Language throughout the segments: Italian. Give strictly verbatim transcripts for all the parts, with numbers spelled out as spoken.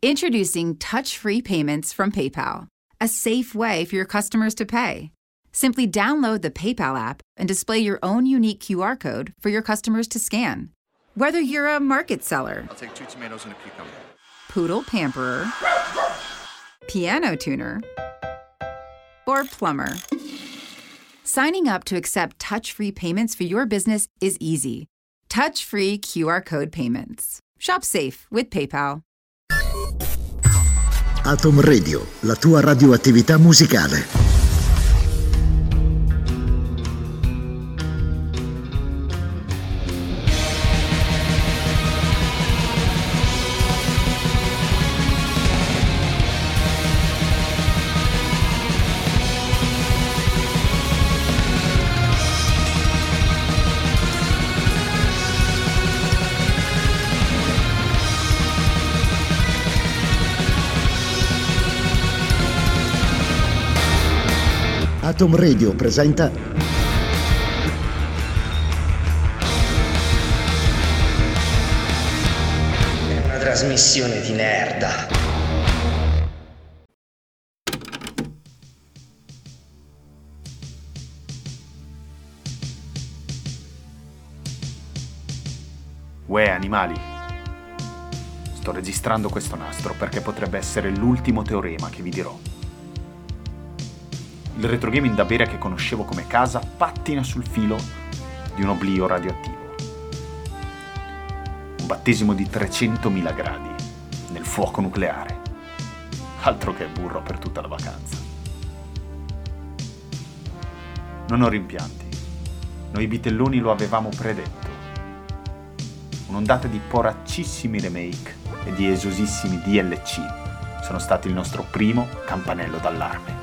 Introducing touch-free payments from PayPal, a safe way for your customers to pay. Simply download the PayPal app and display your own unique Q R code for your customers to scan. Whether you're a market seller, I'll take two tomatoes and a cucumber. poodle pamperer, piano tuner, or plumber, signing up to accept touch-free payments for your business is easy. Touch-free Q R code payments. Shop safe with PayPal. Atom Radio, la tua radioattività musicale. Atom Radio presenta È una trasmissione di nerda. Uè, animali. Sto registrando questo nastro perché potrebbe essere l'ultimo teorema che vi dirò. Il retrogaming da bere che conoscevo come casa pattina sul filo di un oblio radioattivo. Un battesimo di trecentomila gradi nel fuoco nucleare. Altro che burro per tutta la vacanza. Non ho rimpianti. Noi bitelloni lo avevamo predetto. Un'ondata di poraccissimi remake e di esosissimi D L C sono stati il nostro primo campanello d'allarme.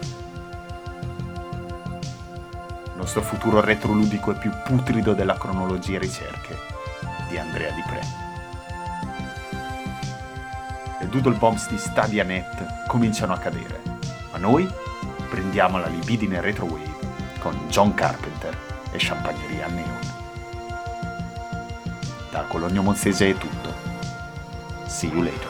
Il nostro futuro retroludico è più putrido della cronologia e ricerche di Andrea Di Pre. Le doodle bombs di Stadia.net cominciano a cadere, ma noi prendiamo la libidine retrowave con John Carpenter e Champagneria Neon. Da Cologno Monzese è tutto. See you later.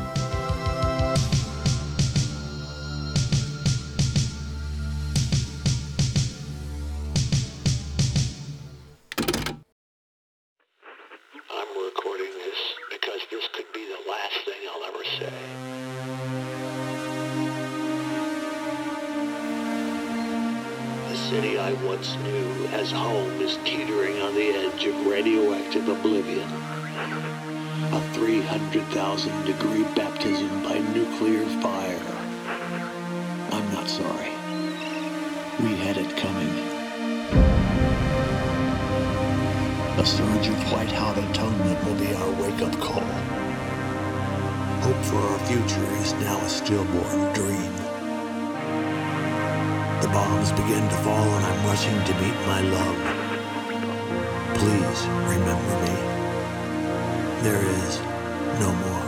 City I once knew as home is teetering on the edge of radioactive oblivion. A three hundred thousand degree baptism by nuclear fire. I'm not sorry. We had it coming. A surge of white-hot atonement will be our wake-up call. Hope for our future is now a stillborn dream. The bombs begin to fall and I'm rushing to meet my love. Please remember me. There is no more.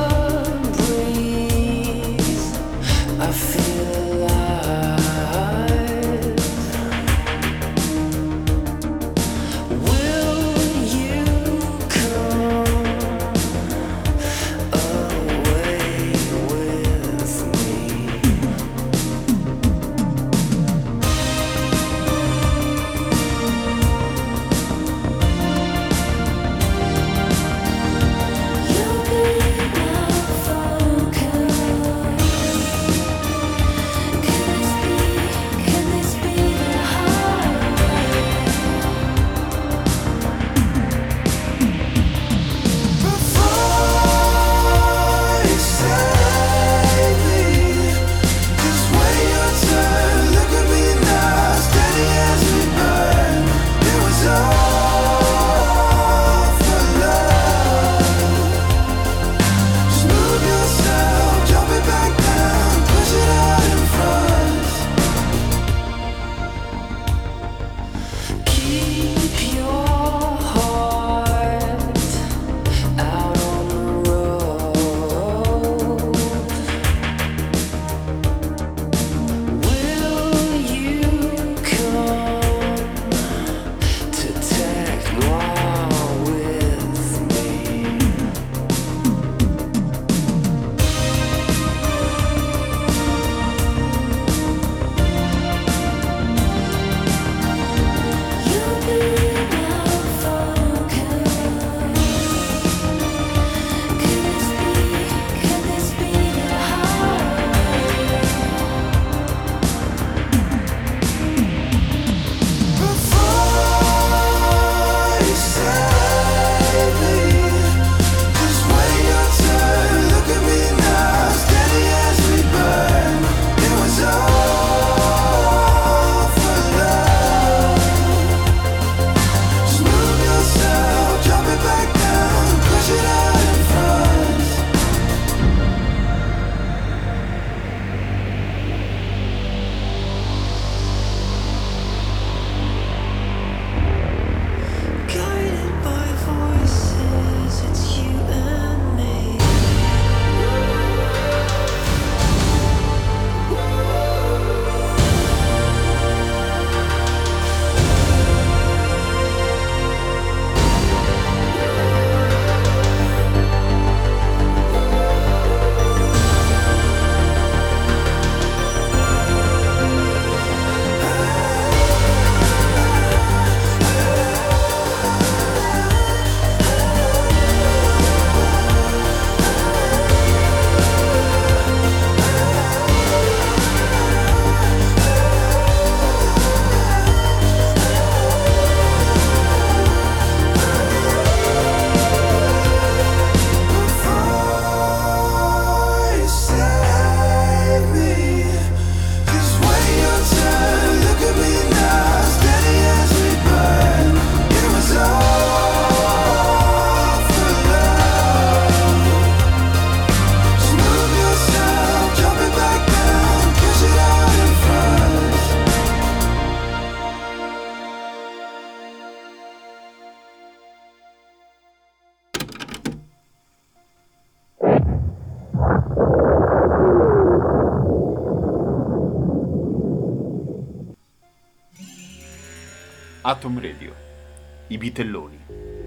I feel alive. Atom Radio, i Bitelloni.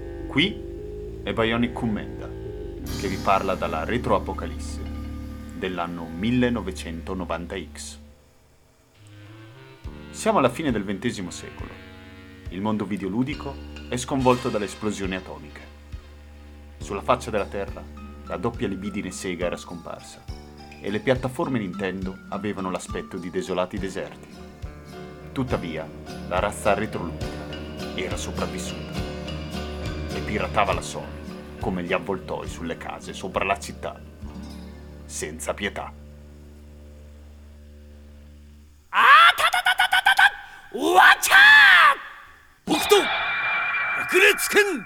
Qui è Bionic Commenda, che vi parla dalla retroapocalisse dell'anno millenovecentonovanta X. Siamo alla fine del ventesimo secolo. Il mondo videoludico è sconvolto dalle esplosioni atomiche. Sulla faccia della Terra la doppia libidine Sega era scomparsa e le piattaforme Nintendo avevano l'aspetto di desolati deserti. Tuttavia, la razza retroludica era sopravvissuta e piratava la Sony come gli avvoltoi sulle case sopra la città, senza pietà. Watch out! Bokuto! Yakuretsuken!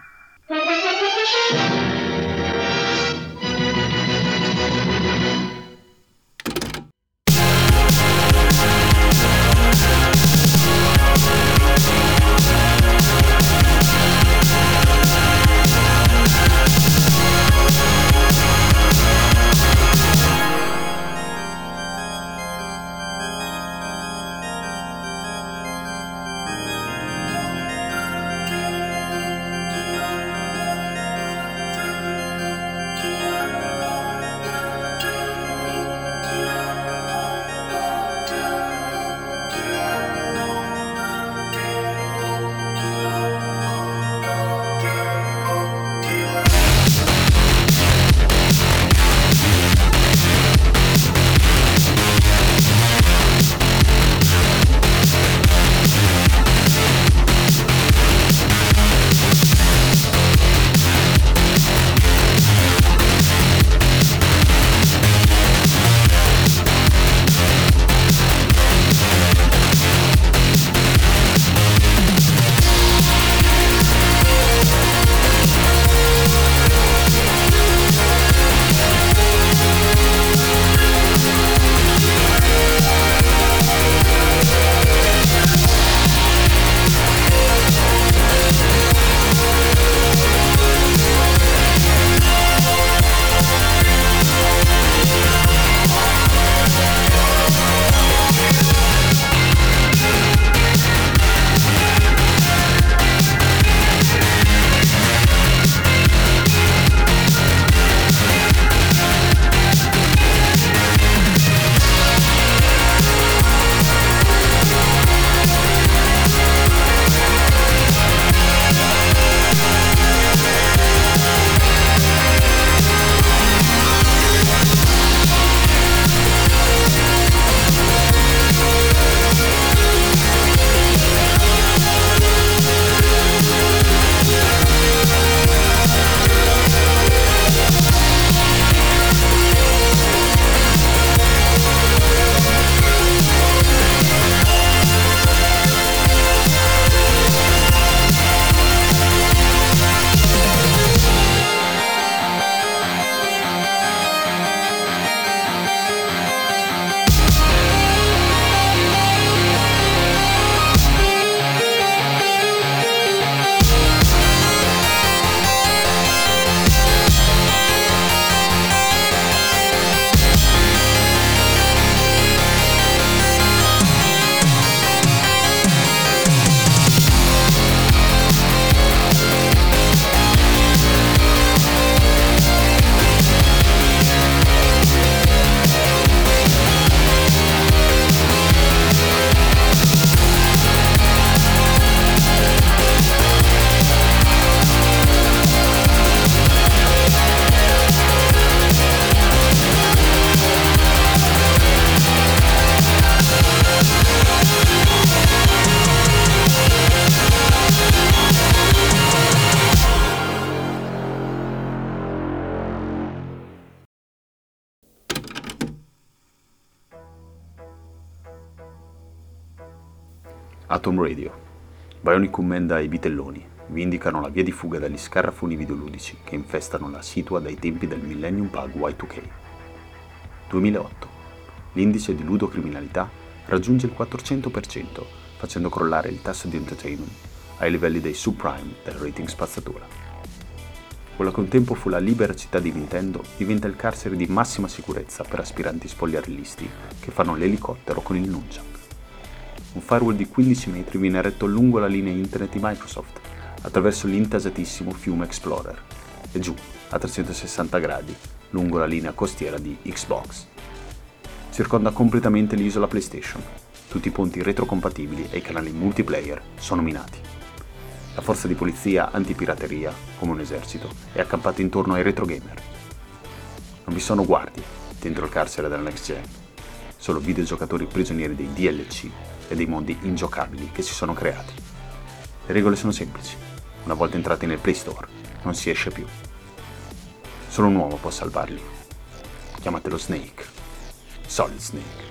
Atom Radio. Bionicum Man e i Vitelloni vi indicano la via di fuga dagli scarafoni videoludici che infestano la situa dai tempi del Millennium Bug Y due K. duemilaotto. L'indice di ludocriminalità raggiunge il quattrocento per cento, facendo crollare il tasso di entertainment ai livelli dei subprime del rating spazzatura. Quella che un tempo fu la libera città di Nintendo diventa il carcere di massima sicurezza per aspiranti spogliarellisti che fanno l'elicottero con il nunchuck. Un firewall di quindici metri viene eretto lungo la linea internet di Microsoft, attraverso l'intasatissimo fiume Explorer, e giù, a trecentosessanta gradi, lungo la linea costiera di Xbox. Circonda completamente l'isola PlayStation. Tutti i ponti retrocompatibili e i canali multiplayer sono minati. La forza di polizia antipirateria, come un esercito, è accampata intorno ai retrogamer. Non vi sono guardie dentro il carcere della next gen, solo videogiocatori prigionieri dei D L C e dei mondi ingiocabili che si sono creati. Le regole sono semplici. Una volta entrati nel Play Store, non si esce più. Solo un uomo può salvarli. Chiamatelo Snake. Solid Snake.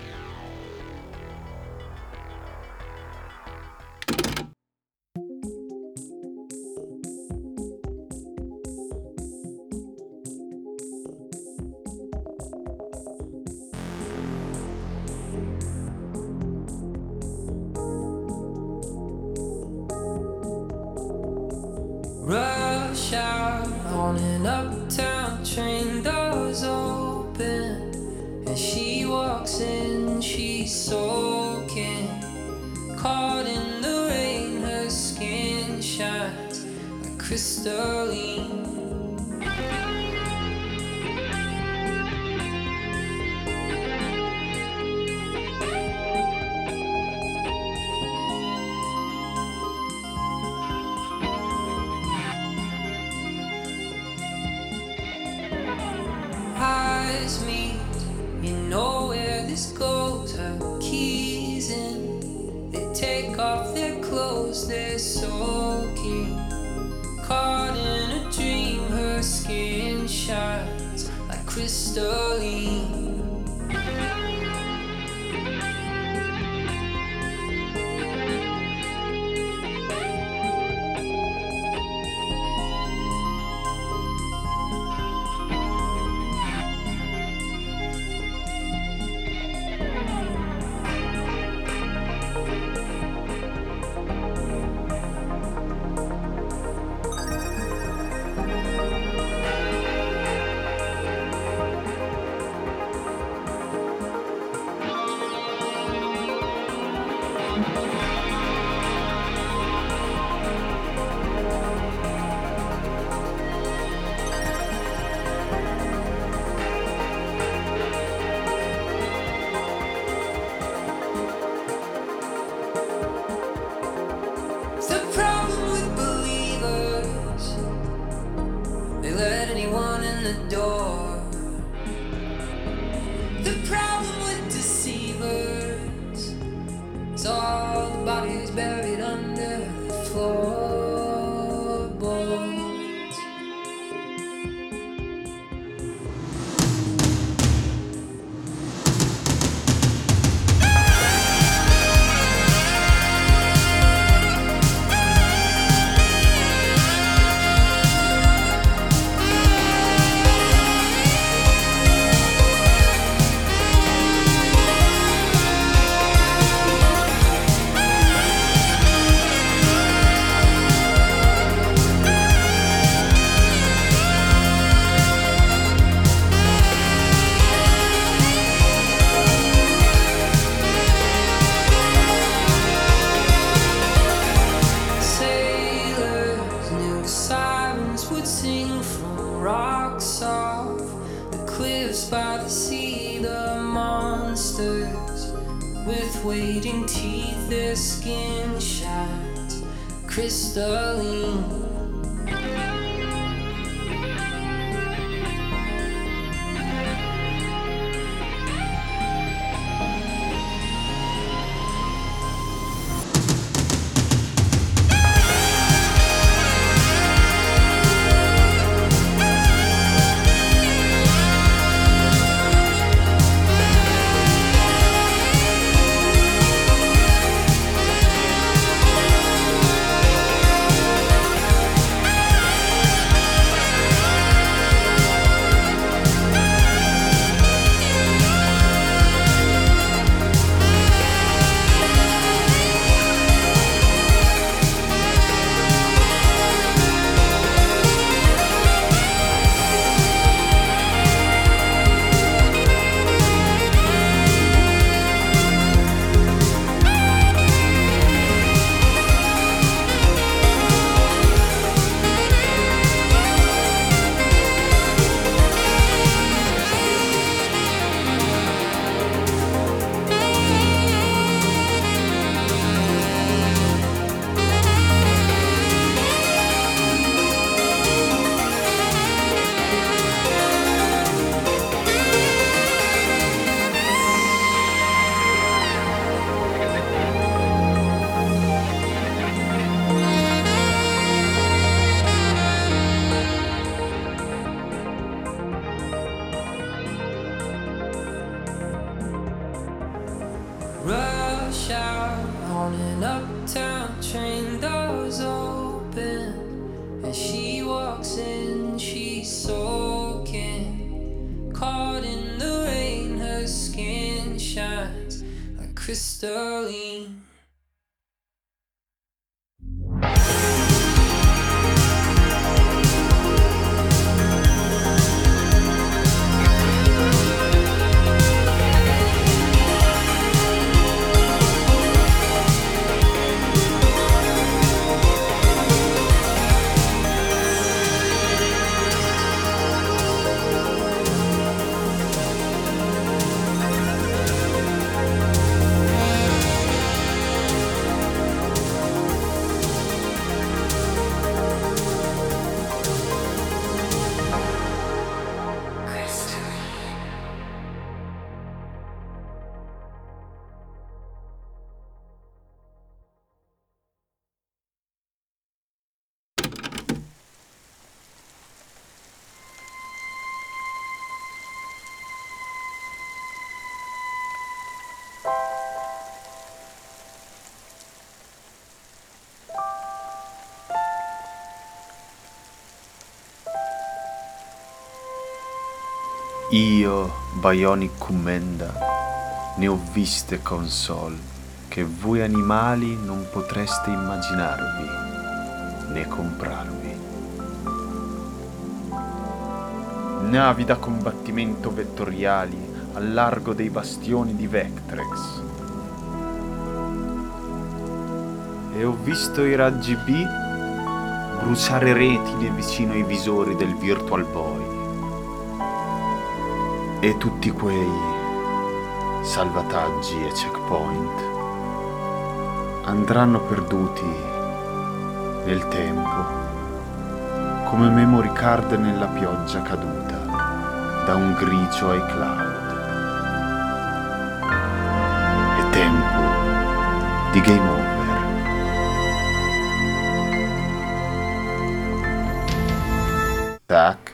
Rush hour on an uptown train, doors open, and she walks in, she's soaking, caught in the rain, her skin shines like crystalline. Eyes meet, you know where this goes. Her keys in, they take off their clothes, they're soaking. Caught in a dream, her skin shines like crystalline. The problem with believers, they let anyone in the door. The problem with deceivers is all the bodies buried under the floorboards. Sailors knew sirens would sing from rocks off the cliffs by the sea. The monsters with waiting teeth, their skin shines crystalline. train doors open. As she walks in, she's soaking. Caught in the rain, her skin shines like crystalline. Io, Bionic Commenda, ne ho viste console che voi animali non potreste immaginarvi né comprarvi. Navi da combattimento vettoriali al largo dei bastioni di Vectrex. E ho visto i raggi B bruciare retine vicino ai visori del Virtual Boy. E tutti quei salvataggi e checkpoint andranno perduti nel tempo come memory card nella pioggia caduta da un grigio iCloud. È tempo di game over. Tac.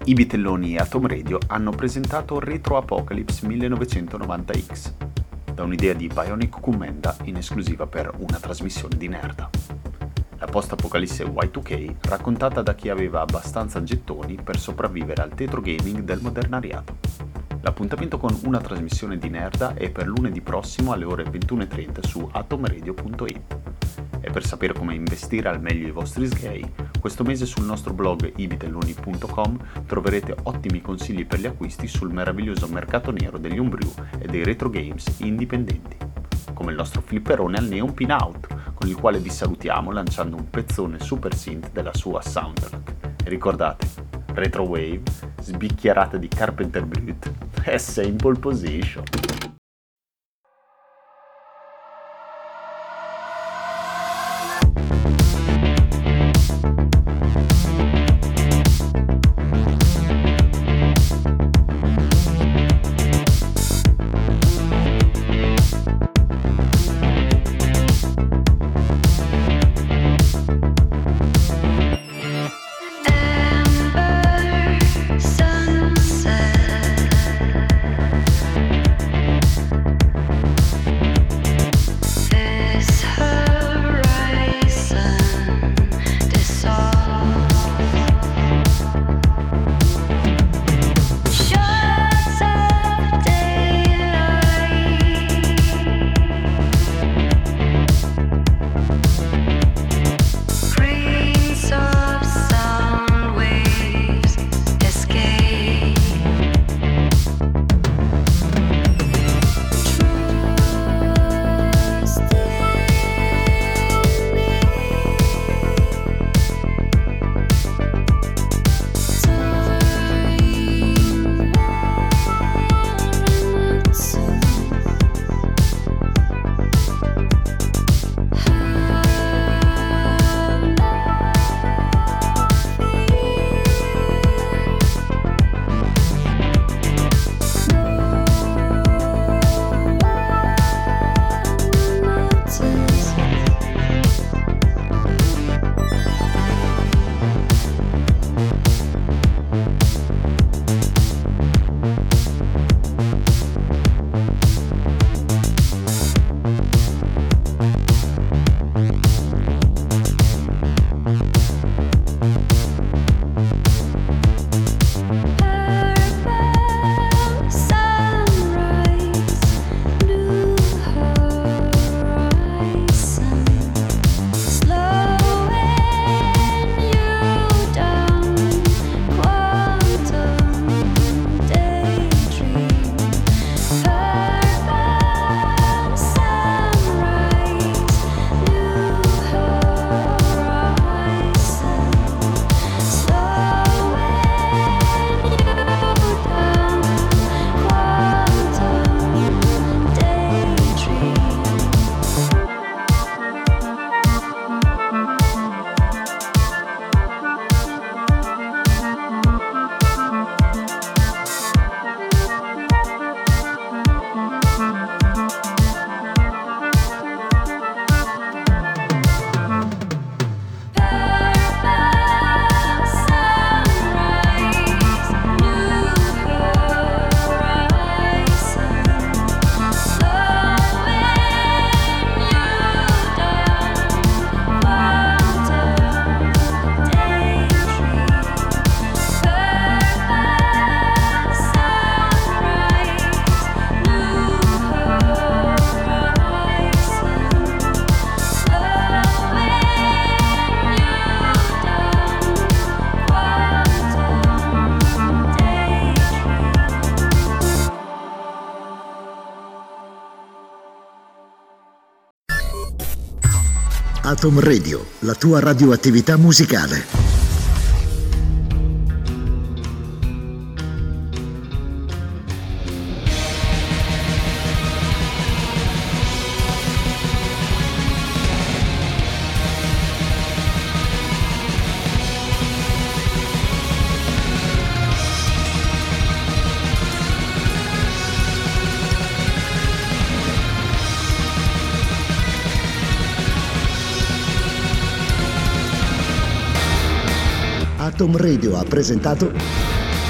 I Bitelloni e Atom Radio hanno presentato Retro Apocalypse millenovecentonovanta X, da un'idea di Bionic Commenda in esclusiva per una trasmissione di Nerda. La post-apocalisse Y due K raccontata da chi aveva abbastanza gettoni per sopravvivere al tetro gaming del modernariato. L'appuntamento con una trasmissione di Nerda è per lunedì prossimo alle ore ventuno e trenta su atomradio punto it. E per sapere come investire al meglio i vostri sgay, questo mese sul nostro blog i bitelloni punto com troverete ottimi consigli per gli acquisti sul meraviglioso mercato nero degli homebrew e dei retro games indipendenti, come il nostro flipperone al Neon Pinout, con il quale vi salutiamo lanciando un pezzone super synth della sua soundtrack. E ricordate, Retro Wave, sbicchierata di Carpenter Brut e sei in pole position. Atom Radio, la tua radioattività musicale. Atom Radio ha presentato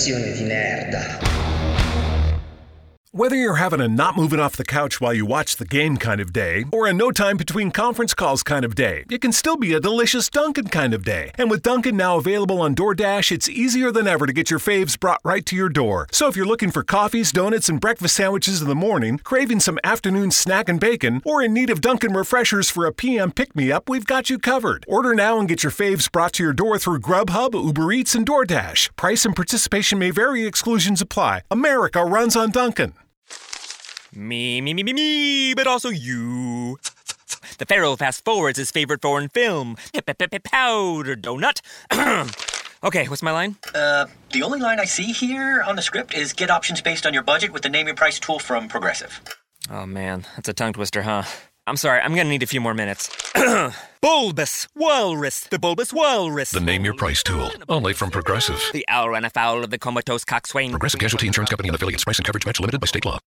trasmissione di merda. Whether you're having a not moving off the couch while you watch the game kind of day, or a no time between conference calls kind of day, it can still be a delicious Dunkin' kind of day. And with Dunkin' now available on DoorDash, it's easier than ever to get your faves brought right to your door. So if you're looking for coffees, donuts, and breakfast sandwiches in the morning, craving some afternoon snack and bacon, or in need of Dunkin' refreshers for a P M pick-me-up, we've got you covered. Order now and get your faves brought to your door through Grubhub, Uber Eats, and DoorDash. Price and participation may vary. Exclusions apply. America runs on Dunkin'. Me, me, me, me, me, but also you. The Pharaoh fast forwards his favorite foreign film, Powder Donut. Okay, what's my line? Uh, the only line I see here on the script is get options based on your budget with the Name Your Price tool from Progressive. Oh man, that's a tongue twister, huh? I'm sorry, I'm gonna need a few more minutes. Bulbous Walrus, the Bulbous Walrus. The Name Your Price tool, only from Progressive. The owl ran afoul of the comatose coxswain. Progressive Casualty Insurance Company and affiliates. Price and coverage match limited by state law.